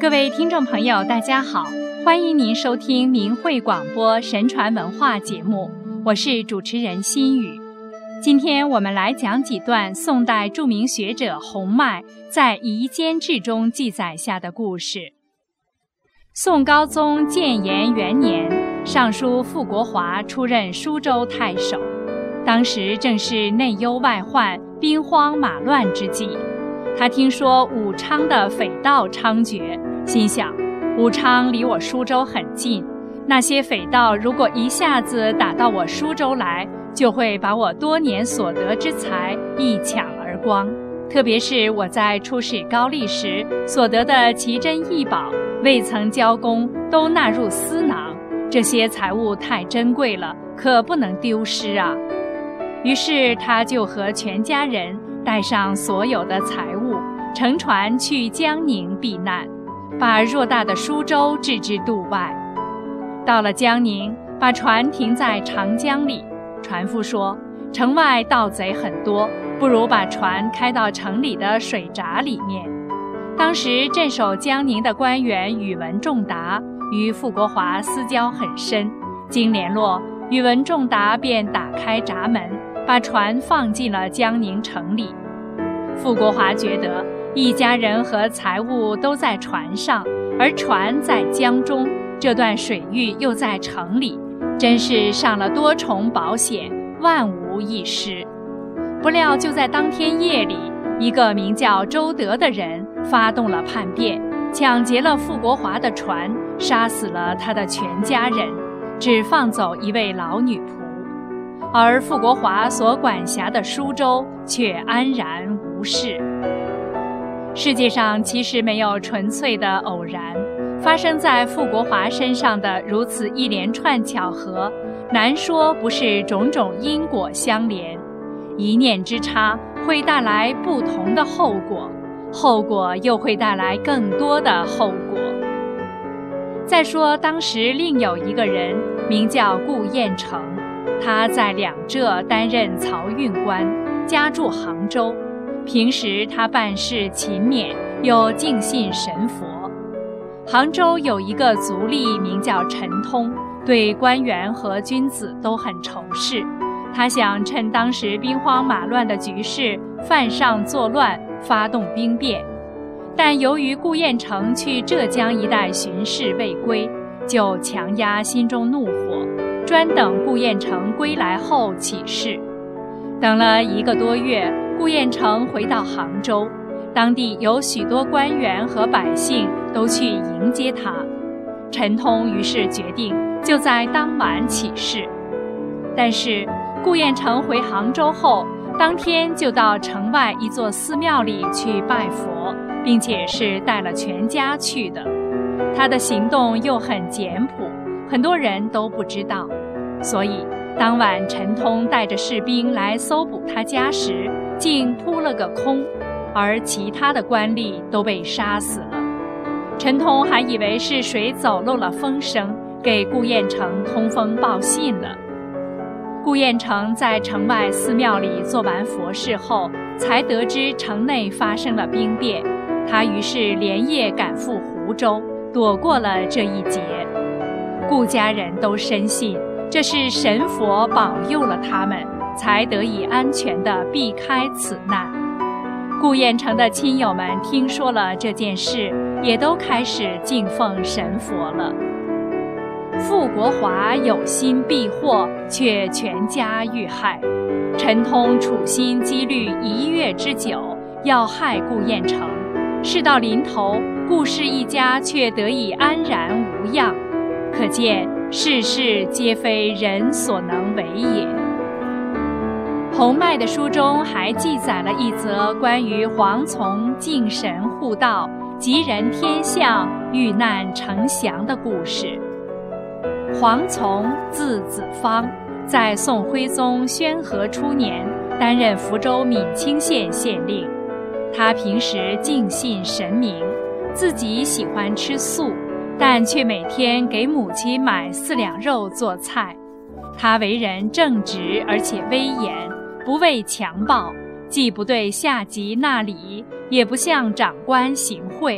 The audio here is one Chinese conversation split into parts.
各位听众朋友，大家好，欢迎您收听明慧广播神传文化节目，我是主持人心雨。今天我们来讲几段宋代著名学者洪迈在《夷坚志》中记载下的故事。宋高宗建炎元年，尚书傅国华出任舒州太守，当时正是内忧外患、兵荒马乱之际。他听说武昌的匪盗猖獗，心想武昌离我舒州很近，那些匪盗如果一下子打到我舒州来，就会把我多年所得之财一抢而光，特别是我在出使高丽时所得的奇珍异宝，未曾交公都纳入私囊，这些财物太珍贵了，可不能丢失啊。于是他就和全家人带上所有的财物，乘船去江宁避难，把偌大的舒州置之度外。到了江宁，把船停在长江里，船夫说城外盗贼很多，不如把船开到城里的水闸里面。当时镇守江宁的官员宇文仲达与傅国华私交很深，经联络，宇文仲达便打开闸门，把船放进了江宁城里。傅国华觉得一家人和财物都在船上，而船在江中，这段水域又在城里，真是上了多重保险，万无一失。不料就在当天夜里，一个名叫周德的人发动了叛变，抢劫了傅国华的船，杀死了他的全家人，只放走一位老女仆。而傅国华所管辖的舒州却安然无事。世界上其实没有纯粹的偶然，发生在傅国华身上的如此一连串巧合，难说不是种种因果相连。一念之差会带来不同的后果，后果又会带来更多的后果。再说当时另有一个人名叫顾彦成，他在两浙担任漕运官，家住杭州。平时他办事勤勉，又敬信神佛。杭州有一个族吏名叫陈通，对官员和君子都很仇视。他想趁当时兵荒马乱的局势，犯上作乱，发动兵变。但由于顾彦成去浙江一带巡视未归，就强压心中怒火，专等顾彦成归来后起事。等了1个多月，顾彦成回到杭州，当地有许多官员和百姓都去迎接他。陈通于是决定就在当晚起事。但是顾彦成回杭州后，当天就到城外一座寺庙里去拜佛，并且是带了全家去的。他的行动又很简朴，很多人都不知道，所以当晚陈通带着士兵来搜捕他家时，竟扑了个空，而其他的官吏都被杀死了。陈通还以为是谁走漏了风声，给顾彦成通风报信了。顾彦成在城外寺庙里做完佛事后，才得知城内发生了兵变，他于是连夜赶赴湖州，躲过了这一劫。顾家人都深信这是神佛保佑了他们，才得以安全地避开此难。顾彦成的亲友们听说了这件事，也都开始敬奉神佛了。傅国华有心避祸，却全家遇害。陈通处心积虑1月之久，要害顾彦成。事到临头，顾氏一家却得以安然无恙，可见世事皆非人所能为也。洪迈的书中还记载了一则关于蝗虫敬神护道、吉人天相、遇难成祥的故事。蝗虫字子方，在宋徽宗宣和初年担任福州闽清县县令。他平时敬信神明，自己喜欢吃素，但却每天给母亲买4两肉做菜。他为人正直而且威严，不畏强暴，既不对下级纳礼，也不向长官行贿，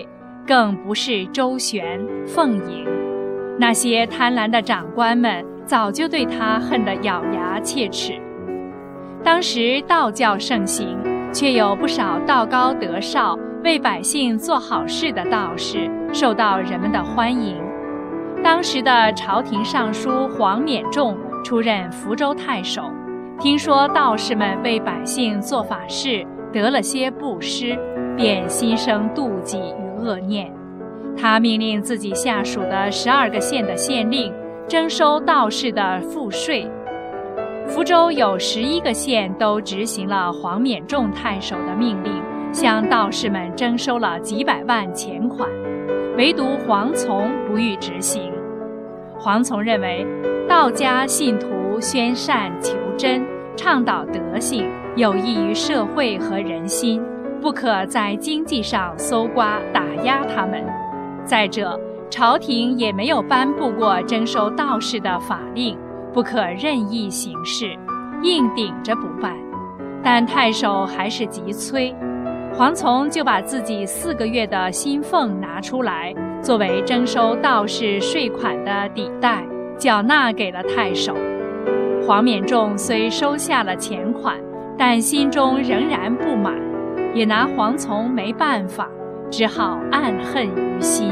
更不是周旋奉迎。那些贪婪的长官们早就对他恨得咬牙切齿。当时道教盛行，却有不少道高德少、为百姓做好事的道士受到人们的欢迎。当时的朝廷尚书黄冕仲出任福州太守，听说道士们为百姓做法事得了些布施，便心生妒忌与恶念。他命令自己下属的12个县的县令征收道士的赋税。福州有11个县都执行了黄冕仲太守的命令，向道士们征收了几百万钱款，唯独黄从不予执行。黄从认为，道家信徒宣善求真，倡导德性，有益于社会和人心，不可在经济上搜刮打压他们。再者，朝廷也没有颁布过征收道士的法令，不可任意行事，硬顶着不办。但太守还是急催，黄从就把自己4个月的薪俸拿出来，作为征收道士税款的抵贷，缴纳给了太守。黄冕仲虽收下了钱款，但心中仍然不满，也拿黄从没办法，只好暗恨于心。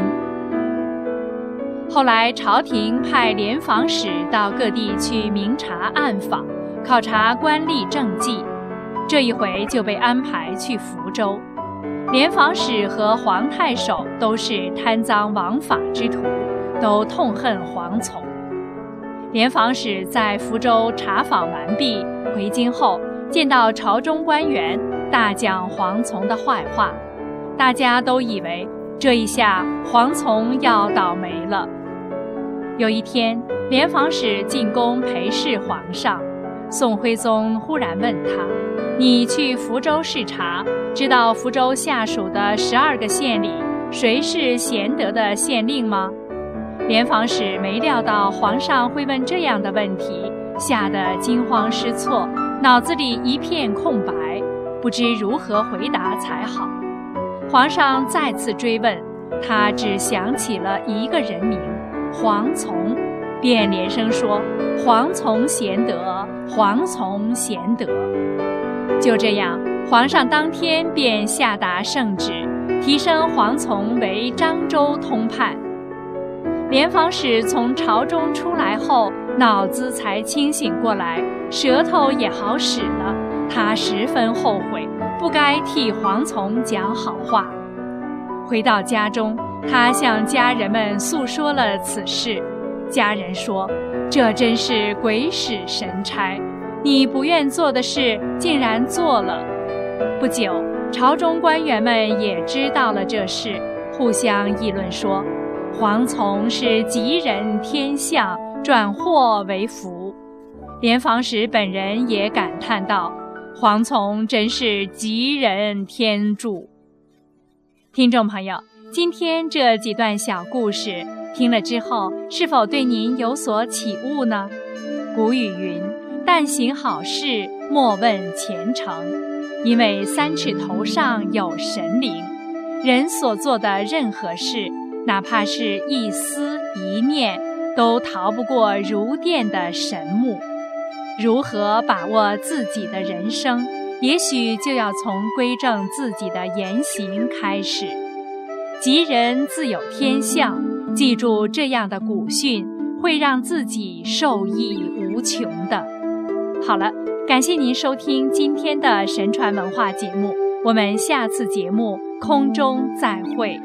后来朝廷派联防使到各地去明察暗访，考察官吏政绩，这一回就被安排去福州。联防使和黄太守都是贪赃枉法之徒，都痛恨黄从。联防使在福州查访完毕，回京后见到朝中官员，大讲黄从的坏话。大家都以为这一下黄从要倒霉了。有一天，联防使进宫陪侍皇上，宋徽宗忽然问他：“你去福州视察，知道福州下属的12个县里谁是贤德的县令吗？”联防使没料到皇上会问这样的问题，吓得惊慌失措，脑子里一片空白，不知如何回答才好。皇上再次追问，他只想起了一个人名黄从，便连声说：“黄从贤德，黄从贤德。”就这样，皇上当天便下达圣旨，提升黄从为漳州通判。联防使从朝中出来后，脑子才清醒过来，舌头也好使了。他十分后悔，不该替黄从讲好话。回到家中，他向家人们诉说了此事。家人说：“这真是鬼使神差，你不愿做的事竟然做了。”不久，朝中官员们也知道了这事，互相议论说：“黄从是吉人天相，转祸为福。”联防使本人也感叹道：“黄从真是吉人天助。”听众朋友，今天这几段小故事听了之后，是否对您有所启悟呢？古语云：“但行好事，莫问前程。”因为3尺头上有神灵，人所做的任何事，哪怕是一思一念，都逃不过如电的神目。如何把握自己的人生，也许就要从归正自己的言行开始。吉人自有天相，记住这样的古训，会让自己受益无穷的。好了，感谢您收听今天的神传文化节目，我们下次节目空中再会。